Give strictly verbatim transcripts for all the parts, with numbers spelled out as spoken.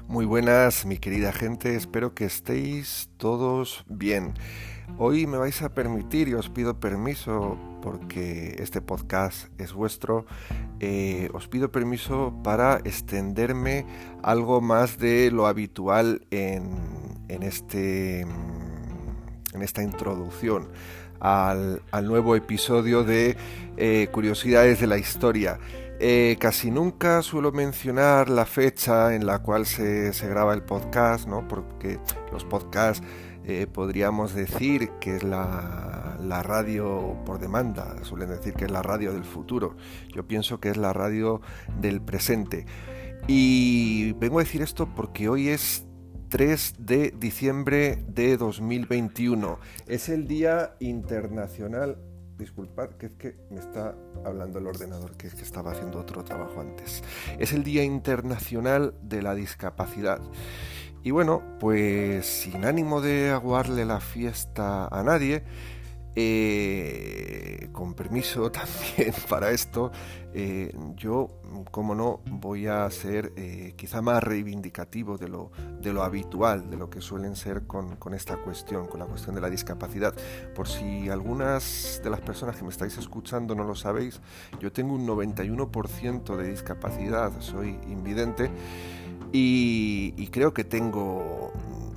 Muy buenas, mi querida gente, espero que estéis todos bien. Hoy me vais a permitir y os pido permiso porque este podcast es vuestro. Eh, os pido permiso para extenderme algo más de lo habitual en, en, este, en esta introducción al, al nuevo episodio de eh, Curiosidades de la Historia. Eh, casi nunca suelo mencionar la fecha en la cual se, se graba el podcast, ¿no? Porque los podcasts eh, podríamos decir que es la, la radio por demanda, suelen decir que es la radio del futuro. Yo pienso que es la radio del presente. Y vengo a decir esto porque hoy es tres de diciembre de dos mil veintiuno. Es el Día Internacional. Disculpad, que es que me está hablando el ordenador, que es que estaba haciendo otro trabajo antes. Es el Día Internacional de la Discapacidad. Y bueno, pues sin ánimo de aguarle la fiesta a nadie, eh, con permiso también para esto, eh, yo, como no, voy a ser eh, quizá más reivindicativo de lo, de lo habitual, de lo que suelen ser con, con esta cuestión, con la cuestión de la discapacidad. Por si algunas de las personas que me estáis escuchando no lo sabéis, yo tengo un noventa y uno por ciento de discapacidad, soy invidente y, y creo que tengo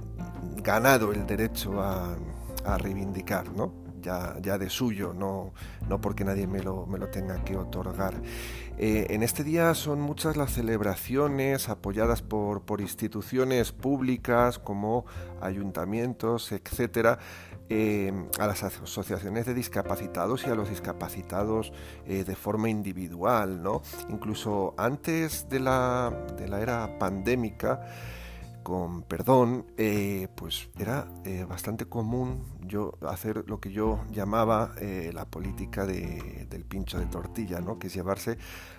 ganado el derecho a, a reivindicar, ¿no? Ya, ya de suyo, no, no porque nadie me lo, me lo tenga que otorgar. Eh, en este día son muchas las celebraciones apoyadas por, por instituciones públicas como ayuntamientos, etcétera, eh, a las asociaciones de discapacitados y a los discapacitados eh, de forma individual, ¿no? Incluso antes de la, de la era pandémica, con perdón, eh, pues era eh, bastante común yo hacer lo que yo llamaba eh, la política de, del pincho de tortilla, ¿no? Que es llevarse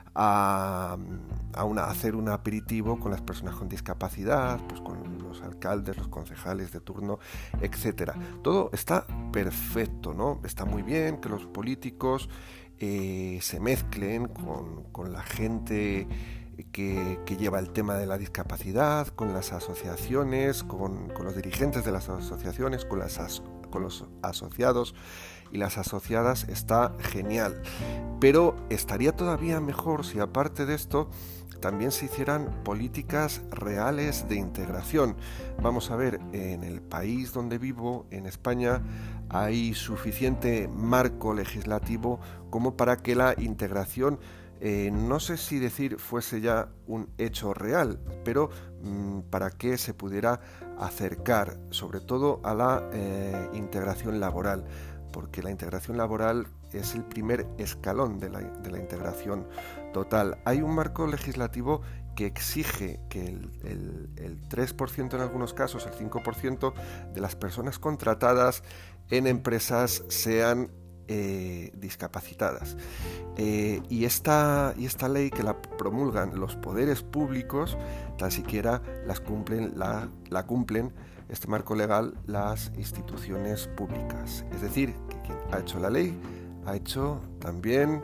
a, a, una, a hacer un aperitivo con las personas con discapacidad, pues con los alcaldes, los concejales de turno, etcétera. Todo está perfecto, ¿no? Está muy bien que los políticos eh, se mezclen con, con la gente Que, que lleva el tema de la discapacidad, con las asociaciones, con, con los dirigentes de las asociaciones, con, las as, con los asociados y las asociadas, está genial. Pero estaría todavía mejor si aparte de esto también se hicieran políticas reales de integración. Vamos a ver, en el país donde vivo, en España, hay suficiente marco legislativo como para que la integración Eh, no sé si decir fuese ya un hecho real, pero mmm, para que se pudiera acercar, sobre todo a la eh, integración laboral, porque la integración laboral es el primer escalón de la, de la integración total. Hay un marco legislativo que exige que el, el, el tres por ciento en algunos casos, el cinco por ciento de las personas contratadas en empresas sean Eh, discapacitadas. Eh, y, esta, y esta ley que la promulgan los poderes públicos, tan siquiera las cumplen, la, la cumplen, este marco legal, las instituciones públicas. Es decir, que quien ha hecho la ley ha hecho también,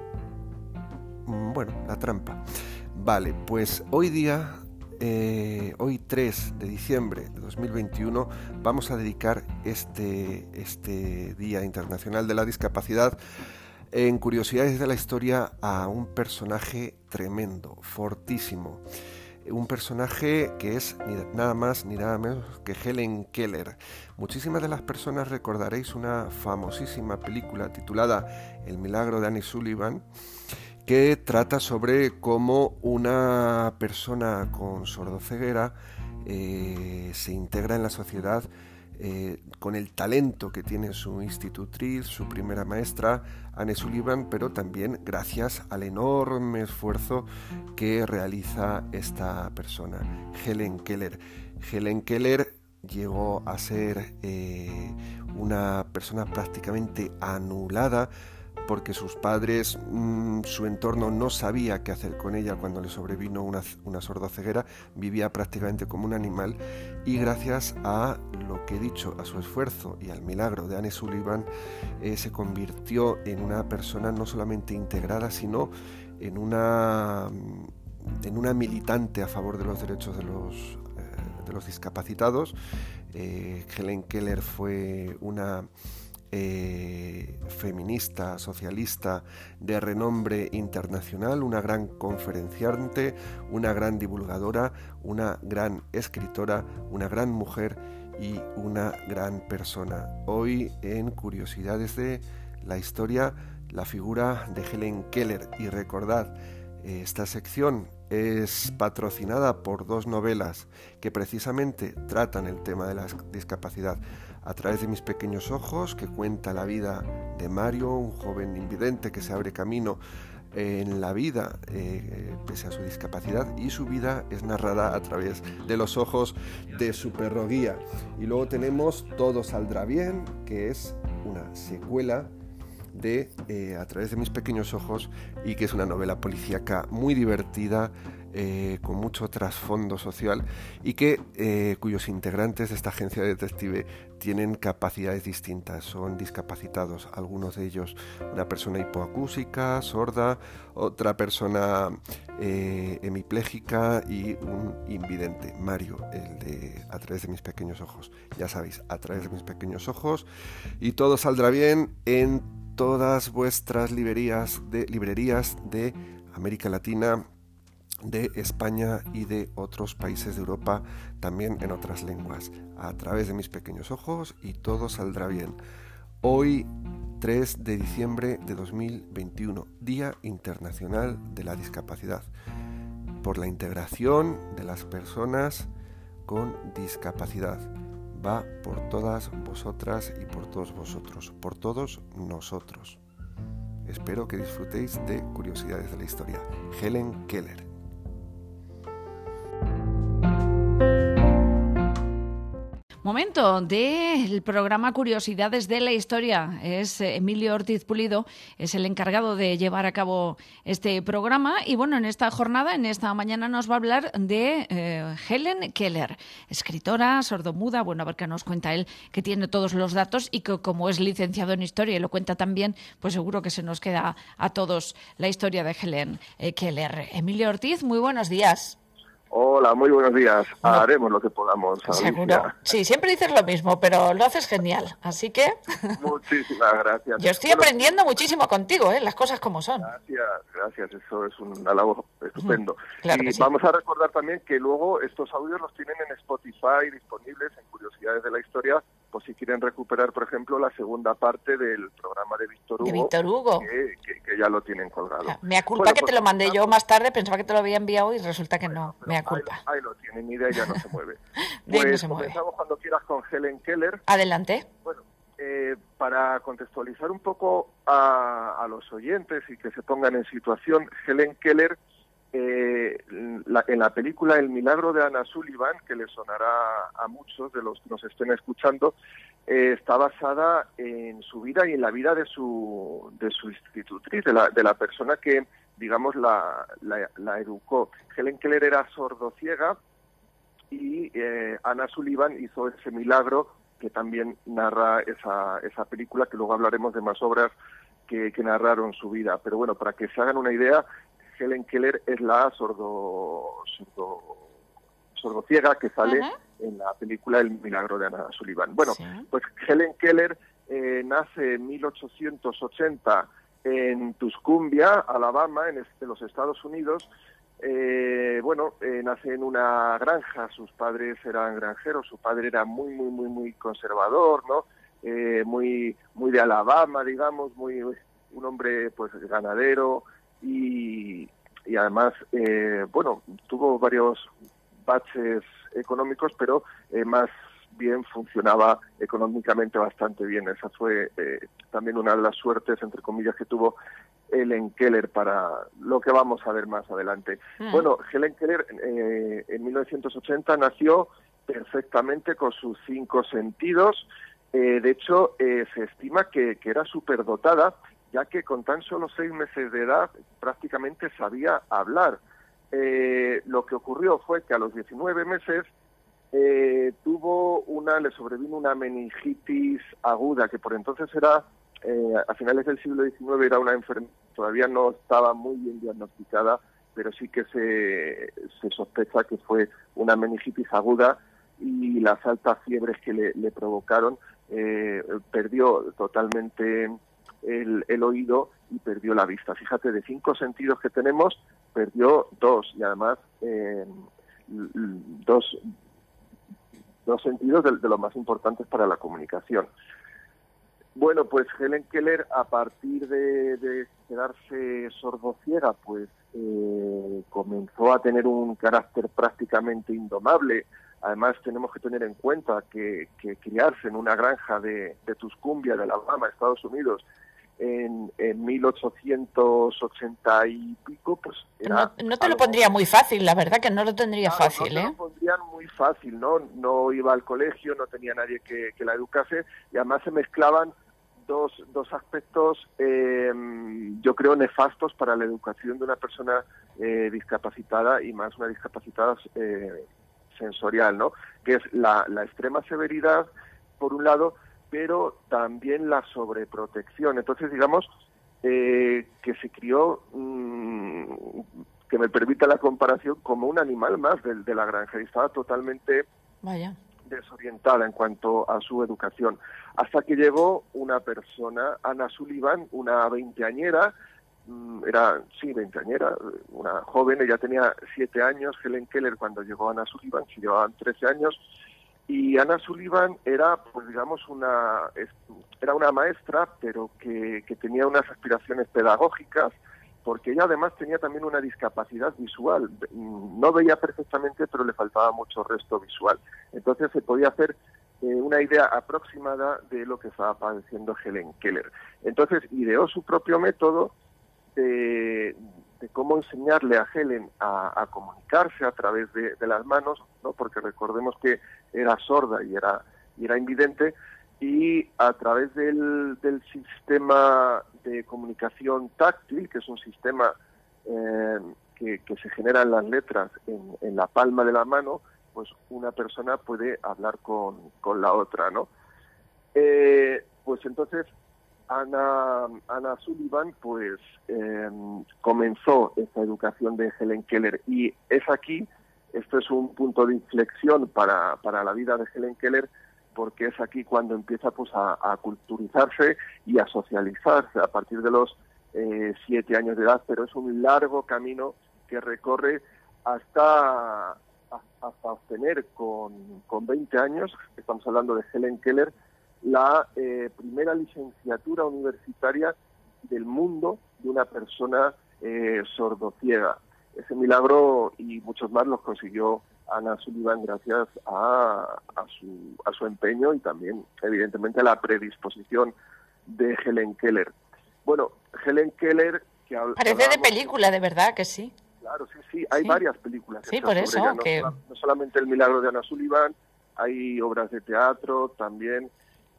bueno, la trampa. Vale, pues hoy día, Eh, hoy tres de diciembre de dos mil veintiuno, vamos a dedicar este, este Día Internacional de la Discapacidad en Curiosidades de la Historia a un personaje tremendo, fortísimo. Un personaje que es ni nada más ni nada menos que Helen Keller. Muchísimas de las personas recordaréis una famosísima película titulada El milagro de Annie Sullivan, que trata sobre cómo una persona con sordoceguera eh, se integra en la sociedad eh, con el talento que tiene su institutriz, su primera maestra, Annie Sullivan, pero también gracias al enorme esfuerzo que realiza esta persona, Helen Keller. Helen Keller llegó a ser eh, una persona prácticamente anulada porque sus padres, mmm, su entorno no sabía qué hacer con ella cuando le sobrevino una, una sordoceguera, vivía prácticamente como un animal, y gracias a lo que he dicho, a su esfuerzo y al milagro de Annie Sullivan, eh, se convirtió en una persona no solamente integrada, sino en una en una militante a favor de los derechos de los, eh, de los discapacitados. Eh, Helen Keller fue una eh, feminista, socialista de renombre internacional, una gran conferenciante, una gran divulgadora, una gran escritora, una gran mujer y una gran persona. Hoy en Curiosidades de la Historia, la figura de Helen Keller. Y recordad, esta sección es patrocinada por dos novelas que precisamente tratan el tema de la discapacidad. A través de mis pequeños ojos, que cuenta la vida de Mario, un joven invidente que se abre camino en la vida eh, pese a su discapacidad, y su vida es narrada a través de los ojos de su perro guía. Y luego tenemos Todo saldrá bien, que es una secuela de eh, A través de mis pequeños ojos, y que es una novela policíaca muy divertida, eh, con mucho trasfondo social, y que eh, cuyos integrantes de esta agencia detective tienen capacidades distintas, son discapacitados, algunos de ellos una persona hipoacúsica, sorda, otra persona eh, hemipléjica y un invidente. Mario, el de A través de mis pequeños ojos, ya sabéis, A través de mis pequeños ojos, y Todo saldrá bien en todas vuestras librerías de, librerías de América Latina, de España y de otros países de Europa, también en otras lenguas. A través de mis pequeños ojos y Todo saldrá bien. Hoy, tres de diciembre de dos mil veintiuno, Día Internacional de la Discapacidad, por la integración de las personas con discapacidad. Va por todas vosotras y por todos vosotros, por todos nosotros. Espero que disfrutéis de Curiosidades de la Historia. Helen Keller. Momento del programa Curiosidades de la Historia. Es Emilio Ortiz Pulido, es el encargado de llevar a cabo este programa. Y bueno, en esta jornada, en esta mañana, nos va a hablar de eh, Helen Keller, escritora, sordomuda. Bueno, a ver qué nos cuenta él, que tiene todos los datos y que, como es licenciado en Historia y lo cuenta también, pues seguro que se nos queda a todos la historia de Helen eh, Keller. Emilio Ortiz, muy buenos días. Hola, muy buenos días. No. Haremos lo que podamos. Seguro. Sí, siempre dices lo mismo, pero lo haces genial. Así que... Muchísimas gracias. Yo estoy bueno, aprendiendo muchísimo contigo, ¿eh? Las cosas como son. Gracias, gracias. Eso es un halago estupendo. Claro y sí. Vamos a recordar también que luego estos audios los tienen en Spotify disponibles en Curiosidades de la Historia, por si quieren recuperar, por ejemplo, la segunda parte del programa de Víctor Hugo. De Víctor Hugo. Que, que, que ya lo tienen colgado. Ah, me culpa bueno, que pues, te lo mandé yo más tarde, pensaba que te lo había enviado y resulta que no. Me culpa. Ahí, ahí lo tienen, ni idea, ya no se mueve. Pues pues no se mueve. Comenzamos cuando quieras con Helen Keller. Adelante. Bueno, eh, para contextualizar un poco a, a los oyentes y que se pongan en situación, Helen Keller, eh, la, en la película El milagro de Anna Sullivan, que le sonará a muchos de los que nos estén escuchando, eh, está basada en su vida y en la vida de su de su institutriz, de la, de la persona que, digamos, la, la, la educó. Helen Keller era sordociega y eh, Anna Sullivan hizo ese milagro que también narra esa, esa película, que luego hablaremos de más obras que, que narraron su vida. Pero bueno, para que se hagan una idea, Helen Keller es la sordo, sordo, sordociega que sale uh-huh. en la película El milagro de Anna Sullivan. Bueno, sí. pues Helen Keller eh, nace en mil ochocientos ochenta en Tuscumbia, Alabama, en este, los Estados Unidos. Eh, bueno, eh, nace en una granja, sus padres eran granjeros, su padre era muy, muy, muy, muy conservador, ¿no? Eh, muy, muy de Alabama, digamos, muy un hombre, pues, ganadero y, y además, eh, bueno, tuvo varios baches económicos, pero eh, más bien funcionaba económicamente bastante bien. Esa fue eh, también una de las suertes, entre comillas, que tuvo Helen Keller para lo que vamos a ver más adelante. Mm. Bueno, Helen Keller eh, en mil novecientos ochenta nació perfectamente con sus cinco sentidos. Eh, de hecho, eh, se estima que, que era superdotada, ya que con tan solo seis meses de edad prácticamente sabía hablar. Eh, lo que ocurrió fue que a los diecinueve meses eh, tuvo una, le sobrevino una meningitis aguda, que por entonces era, eh, a finales del siglo diecinueve era una enfermedad, todavía no estaba muy bien diagnosticada, pero sí que se, se sospecha que fue una meningitis aguda y las altas fiebres que le, le provocaron, eh, perdió totalmente el, el oído y perdió la vista. Fíjate, de cinco sentidos que tenemos, perdió dos, y además eh, dos, dos sentidos de, de los más importantes para la comunicación. Bueno, pues Helen Keller, a partir de, de quedarse sordociega, pues eh, comenzó a tener un carácter prácticamente indomable. Además, tenemos que tener en cuenta que, que criarse en una granja de, de Tuscumbia, de Alabama, Estados Unidos, en, en mil ochocientos ochenta y pico, pues era... No, no te lo pondría muy fácil, la verdad que no lo tendría claro, fácil, no ¿eh? No lo pondrían muy fácil, ¿no? No iba al colegio, no tenía nadie que, que la educase, y además se mezclaban dos, dos aspectos, eh, yo creo, nefastos para la educación de una persona eh, discapacitada, y más una discapacitada eh, sensorial, ¿no? Que es la, la extrema severidad, por un lado, pero también la sobreprotección. Entonces, digamos, eh, que se crió, mmm, que me permita la comparación, como un animal más de, de la granja, y estaba totalmente Vaya. desorientada en cuanto a su educación. Hasta que llegó una persona, Anna Sullivan, una veinteañera, mmm, era, sí, veinteañera, una joven, ella tenía siete años, Helen Keller, cuando llegó Anna Sullivan, se llevaban trece años, y Anna Sullivan era, pues digamos, una era una maestra, pero que, que tenía unas aspiraciones pedagógicas, porque ella además tenía también una discapacidad visual. No veía perfectamente, pero le faltaba mucho resto visual. Entonces se podía hacer eh, una idea aproximada de lo que estaba padeciendo Helen Keller. Entonces ideó su propio método de, de cómo enseñarle a Helen a, a comunicarse a través de, de las manos, ¿no? Porque recordemos que era sorda y era, y era invidente, y a través del, del sistema de comunicación táctil, que es un sistema eh, que, que se generan las letras en, en la palma de la mano, pues una persona puede hablar con, con la otra, ¿no? Eh, pues entonces Anna, Anna Sullivan pues eh, comenzó esta educación de Helen Keller, y es aquí, esto es un punto de inflexión para, para la vida de Helen Keller, porque es aquí cuando empieza pues a, a culturizarse y a socializarse a partir de los eh, siete años de edad, pero es un largo camino que recorre hasta, hasta obtener con, con veinte años, estamos hablando de Helen Keller, la eh, primera licenciatura universitaria del mundo de una persona eh, sordociega. Ese milagro y muchos más los consiguió Anna Sullivan gracias a, a, su, a su empeño y también, evidentemente, a la predisposición de Helen Keller. Bueno, Helen Keller... que Parece de película, de verdad que sí. Claro, sí, sí, hay sí. varias películas. Sí, por eso. Ella, no, que... sola, no solamente El milagro de Anna Sullivan, hay obras de teatro también.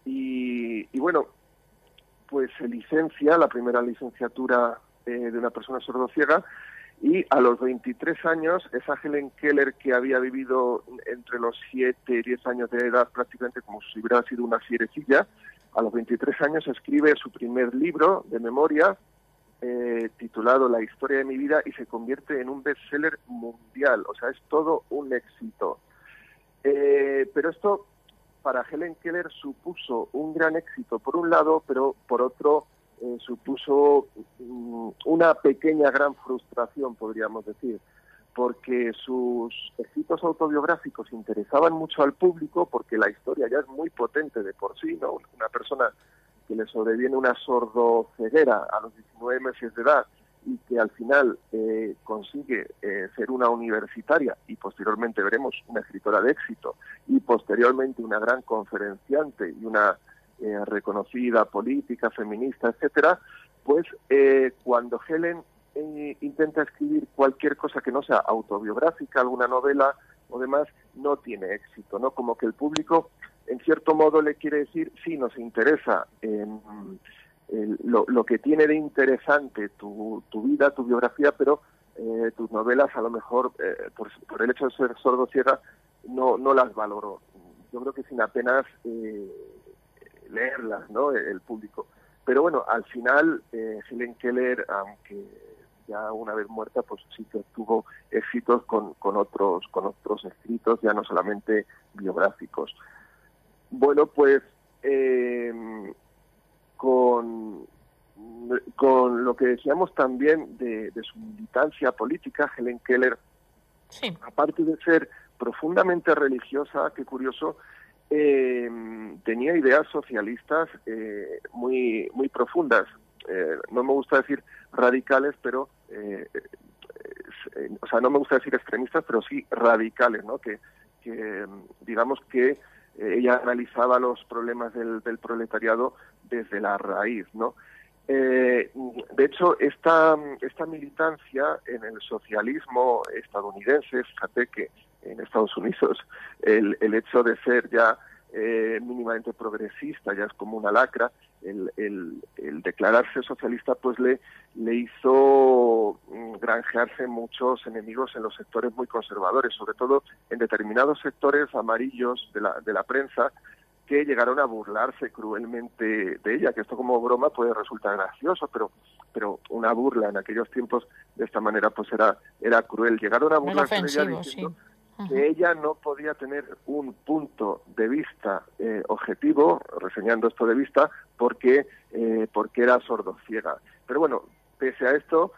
Y, y bueno, pues se licencia, la primera licenciatura eh, de una persona sordociega, y a los veintitrés años, esa Helen Keller que había vivido entre los siete y diez años de edad prácticamente como si hubiera sido una fierecilla, a los veintitrés años escribe su primer libro de memoria, eh, titulado La historia de mi vida, y se convierte en un bestseller mundial. O sea, es todo un éxito. Eh, pero esto para Helen Keller supuso un gran éxito por un lado, pero por otro eh, supuso um, una pequeña gran frustración, podríamos decir, porque sus escritos autobiográficos interesaban mucho al público, porque la historia ya es muy potente de por sí, ¿no? Una persona que le sobreviene una sordoceguera a los diecinueve meses de edad y que al final eh, consigue eh, ser una universitaria y posteriormente veremos una escritora de éxito y posteriormente una gran conferenciante y una eh, reconocida política, feminista, etcétera, pues eh, cuando Helen eh, intenta escribir cualquier cosa que no sea autobiográfica, alguna novela o demás, no tiene éxito, ¿no? Como que el público, en cierto modo, le quiere decir, sí, nos interesa en... El, lo, lo que tiene de interesante tu, tu vida, tu biografía, pero eh, tus novelas a lo mejor, eh, por, por el hecho de ser sordociega, no, no las valoró. Yo creo que sin apenas eh, leerlas, ¿no?, el público. Pero bueno, al final, eh, Helen Keller, aunque ya una vez muerta, pues sí que tuvo éxitos con, con otros con otros escritos, ya no solamente biográficos. Bueno, pues eh, con, con lo que decíamos también de, de su militancia política, Helen Keller, sí. aparte de ser profundamente religiosa, qué curioso, eh, tenía ideas socialistas eh, muy, muy profundas. Eh, no me gusta decir radicales, pero eh, eh, o sea, no me gusta decir extremistas, pero sí radicales, ¿no? Que, que digamos que eh, ella analizaba los problemas del, del proletariado desde la raíz, ¿no? Eh, de hecho, esta, esta militancia en el socialismo estadounidense, fíjate que en Estados Unidos el, el hecho de ser ya eh, mínimamente progresista ya es como una lacra, el, el, el declararse socialista pues le, le hizo granjearse muchos enemigos en los sectores muy conservadores, sobre todo en determinados sectores amarillos de la, de la prensa, que llegaron a burlarse cruelmente de ella, que esto como broma puede resultar gracioso, pero pero una burla en aquellos tiempos de esta manera pues era era cruel. Llegaron a burlarse de ella diciendo sí. que ella no podía tener un punto de vista eh, objetivo, reseñando esto de vista, porque eh, porque era sordociega. Pero bueno, pese a esto,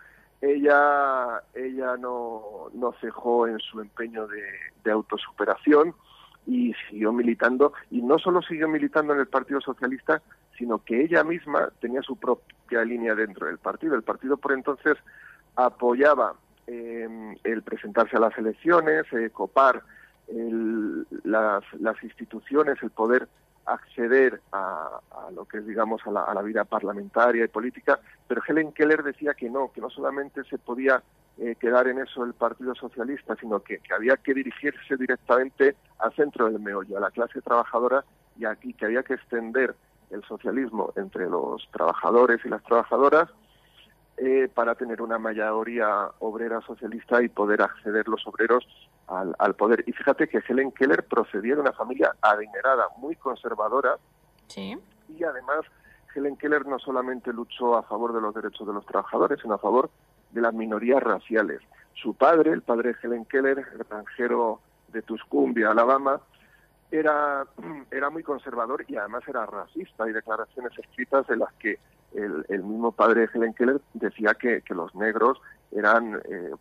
ella ella no, no cejó en su empeño de, de autosuperación y siguió militando, y no solo siguió militando en el Partido Socialista, sino que ella misma tenía su propia línea dentro del partido. El partido por entonces apoyaba eh, el presentarse a las elecciones, eh, copar el, las, las instituciones, el poder acceder a, a lo que es, digamos, a la, a la vida parlamentaria y política, pero Helen Keller decía que no, que no solamente se podía eh, quedar en eso el Partido Socialista, sino que, que había que dirigirse directamente al centro del meollo, a la clase trabajadora, y aquí que había que extender el socialismo entre los trabajadores y las trabajadoras eh, para tener una mayoría obrera socialista y poder acceder los obreros al, al poder. Y fíjate que Helen Keller procedía de una familia adinerada, muy conservadora, sí. Y además Helen Keller no solamente luchó a favor de los derechos de los trabajadores, sino a favor de las minorías raciales. Su padre, el padre de Helen Keller, granjero de Tuscumbia, Alabama, era, era muy conservador y además era racista. Hay declaraciones escritas en las que el, el mismo padre de Helen Keller decía que, que los negros eran eh,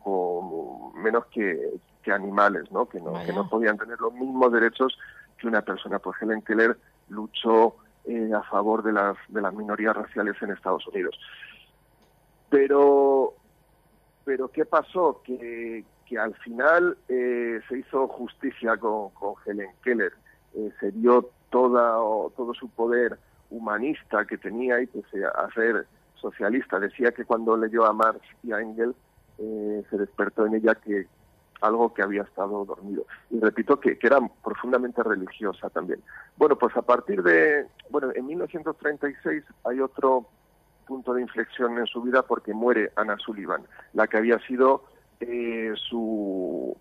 poco menos que, que animales, ¿no? Que no, que no podían tener los mismos derechos que una persona. Pues Helen Keller luchó eh, a favor de las, de las minorías raciales en Estados Unidos. Pero, pero ¿qué pasó? Que, que al final eh, se hizo justicia con, con Helen Keller. Eh, se dio toda, todo su poder humanista que tenía y pese a ser socialista. Decía que cuando leyó a Marx y a Engels eh, se despertó en ella que algo que había estado dormido. Y repito que, que era profundamente religiosa también. Bueno, pues a partir de... Bueno, en mil novecientos treinta y seis hay otro punto de inflexión en su vida porque muere Anna Sullivan, la que había sido eh, su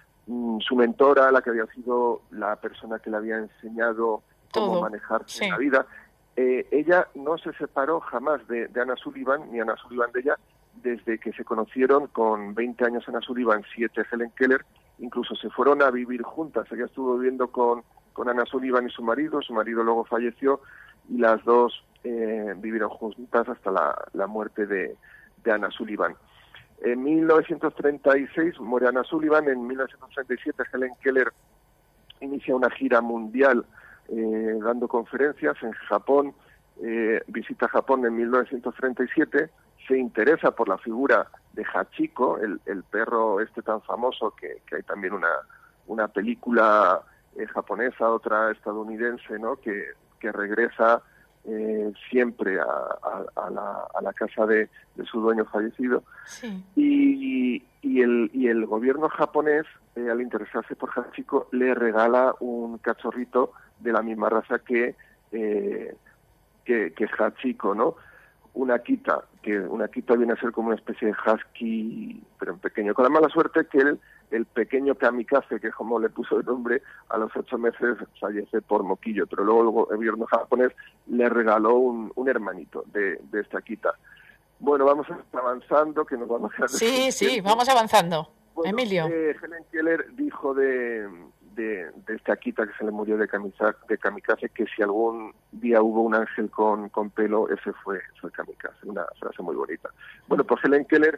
su mentora, la que había sido la persona que le había enseñado cómo Todo. manejarse Sí. en la vida. Eh, ella no se separó jamás de, de Anna Sullivan, ni Anna Sullivan de ella, desde que se conocieron. Con veinte años Anna Sullivan, siete Helen Keller, incluso se fueron a vivir juntas. Ella estuvo viviendo con, con Anna Sullivan y su marido, su marido luego falleció, y las dos eh, vivieron juntas hasta la, la muerte de, de Anna Sullivan. En mil novecientos treinta y seis muere Anna Sullivan. En mil novecientos treinta y siete Helen Keller inicia una gira mundial eh, dando conferencias en Japón, eh, visita Japón en mil novecientos treinta y siete, se interesa por la figura de Hachiko, el, el perro este tan famoso, que, que hay también una, una película eh, japonesa, otra estadounidense, ¿no? que, que regresa eh, siempre a, a, a, la, a la casa de, de su dueño fallecido. Sí. Y, y, el, y el gobierno japonés, eh, al interesarse por Hachiko, le regala un cachorrito de la misma raza que, eh, que, que Hachiko, ¿no? Una Akita, que una Akita viene a ser como una especie de husky, pero en pequeño, con la mala suerte que el, el pequeño kamikaze, que es como le puso el nombre, a los ocho meses fallece por moquillo, pero luego el gobierno japonés le regaló un, un hermanito de, de esta Akita. Bueno, vamos avanzando, que nos vamos a quedar. Sí, sí, tiempo. Vamos avanzando. Bueno, Emilio. Eh, Helen Keller dijo de, de, de esta Akita que se le murió de kamikaze, de kamikaze, que si algún día hubo un ángel con, con pelo, ese fue, fue kamikaze. Una frase muy bonita. Bueno, pues Helen Keller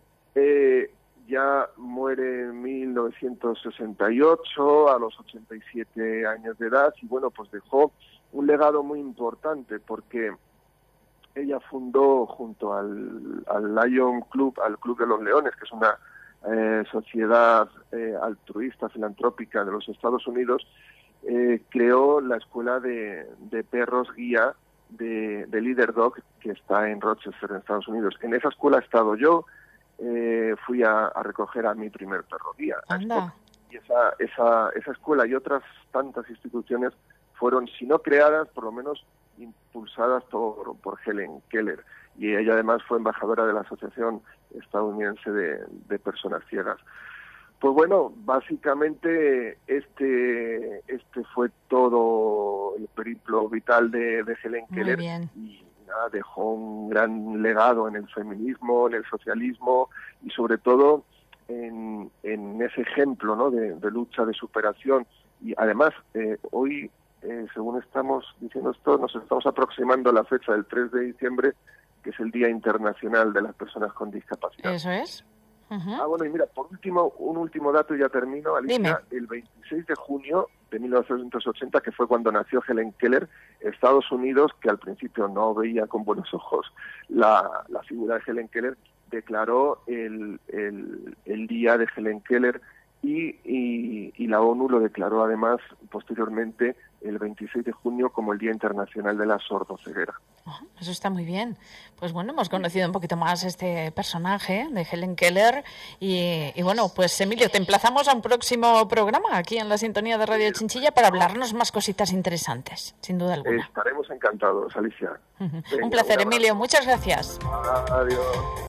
eh, ya muere en mil novecientos sesenta y ocho, a los ochenta y siete años de edad, y bueno, pues dejó un legado muy importante, porque ella fundó junto al, al Lion Club, al Club de los Leones, que es una eh, sociedad eh, altruista, filantrópica de los Estados Unidos, eh, creó la escuela de, de perros guía de, de Leader Dog, que está en Rochester, en Estados Unidos. En esa escuela he estado yo, eh, fui a, a recoger a mi primer perro guía. Anda. Y esa, esa, esa escuela y otras tantas instituciones fueron, si no creadas, por lo menos impulsadas por, por Helen Keller, y ella además fue embajadora de la Asociación Estadounidense de, de Personas Ciegas. Pues bueno, básicamente este este fue todo el periplo vital de, de Helen Keller. Muy bien. Y nada, dejó un gran legado en el feminismo, en el socialismo y sobre todo en, en ese ejemplo, ¿no?, de, de lucha, de superación. Y además, eh, hoy Eh, según estamos diciendo esto, nos estamos aproximando a la fecha del tres de diciembre, que es el Día Internacional de las Personas con Discapacidad. Eso es. Uh-huh. Ah, bueno, y mira, por último, un último dato y ya termino, Alicia. Dime. El veintiséis de junio de mil novecientos ochenta, que fue cuando nació Helen Keller, Estados Unidos, que al principio no veía con buenos ojos la, la figura de Helen Keller, declaró el, el, el Día de Helen Keller, y, y, y la ONU lo declaró además posteriormente el veintiséis de junio como el Día Internacional de la Sordoceguera. Oh, eso está muy bien. Pues bueno, hemos conocido un poquito más este personaje de Helen Keller y, y bueno, pues Emilio, te emplazamos a un próximo programa aquí en la sintonía de Radio Chinchilla para hablarnos más cositas interesantes, sin duda alguna. Estaremos encantados, Alicia. Uh-huh. Venga, un placer, un Emilio. Muchas gracias. Adiós.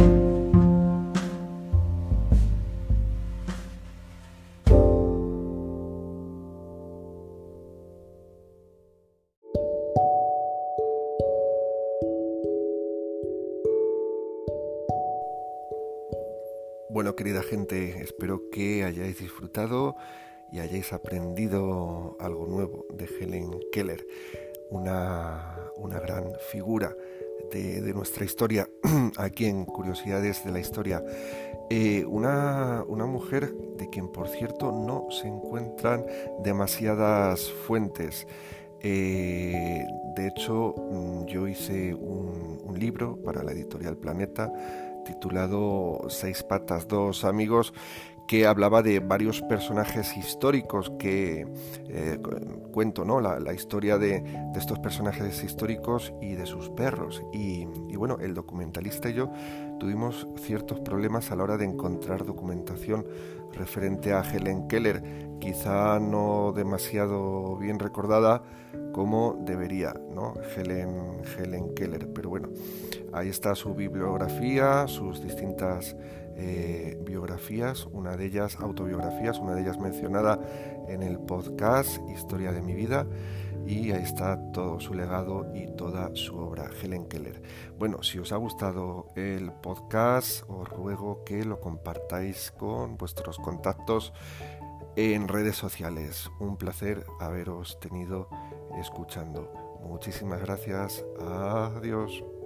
Bueno, querida gente, espero que hayáis disfrutado y hayáis aprendido algo nuevo de Helen Keller, una, una gran figura de, de nuestra historia aquí en Curiosidades de la Historia. Eh, una, una mujer de quien, por cierto, no se encuentran demasiadas fuentes. Eh, de hecho, yo hice un, un libro para la editorial Planeta titulado Seis patas, dos amigos, que hablaba de varios personajes históricos que eh, cuento, ¿no? La, la historia de, de estos personajes históricos y de sus perros. Y, y bueno, el documentalista y yo tuvimos ciertos problemas a la hora de encontrar documentación referente a Helen Keller, quizá no demasiado bien recordada como debería, ¿no? Helen, Helen Keller, pero bueno, ahí está su bibliografía, sus distintas eh, biografías, una de ellas autobiografías, una de ellas mencionada en el podcast Historia de mi vida, y ahí está todo su legado y toda su obra, Helen Keller. Bueno, si os ha gustado el podcast, os ruego que lo compartáis con vuestros contactos en redes sociales. Un placer haberos tenido escuchando. Muchísimas gracias. Adiós.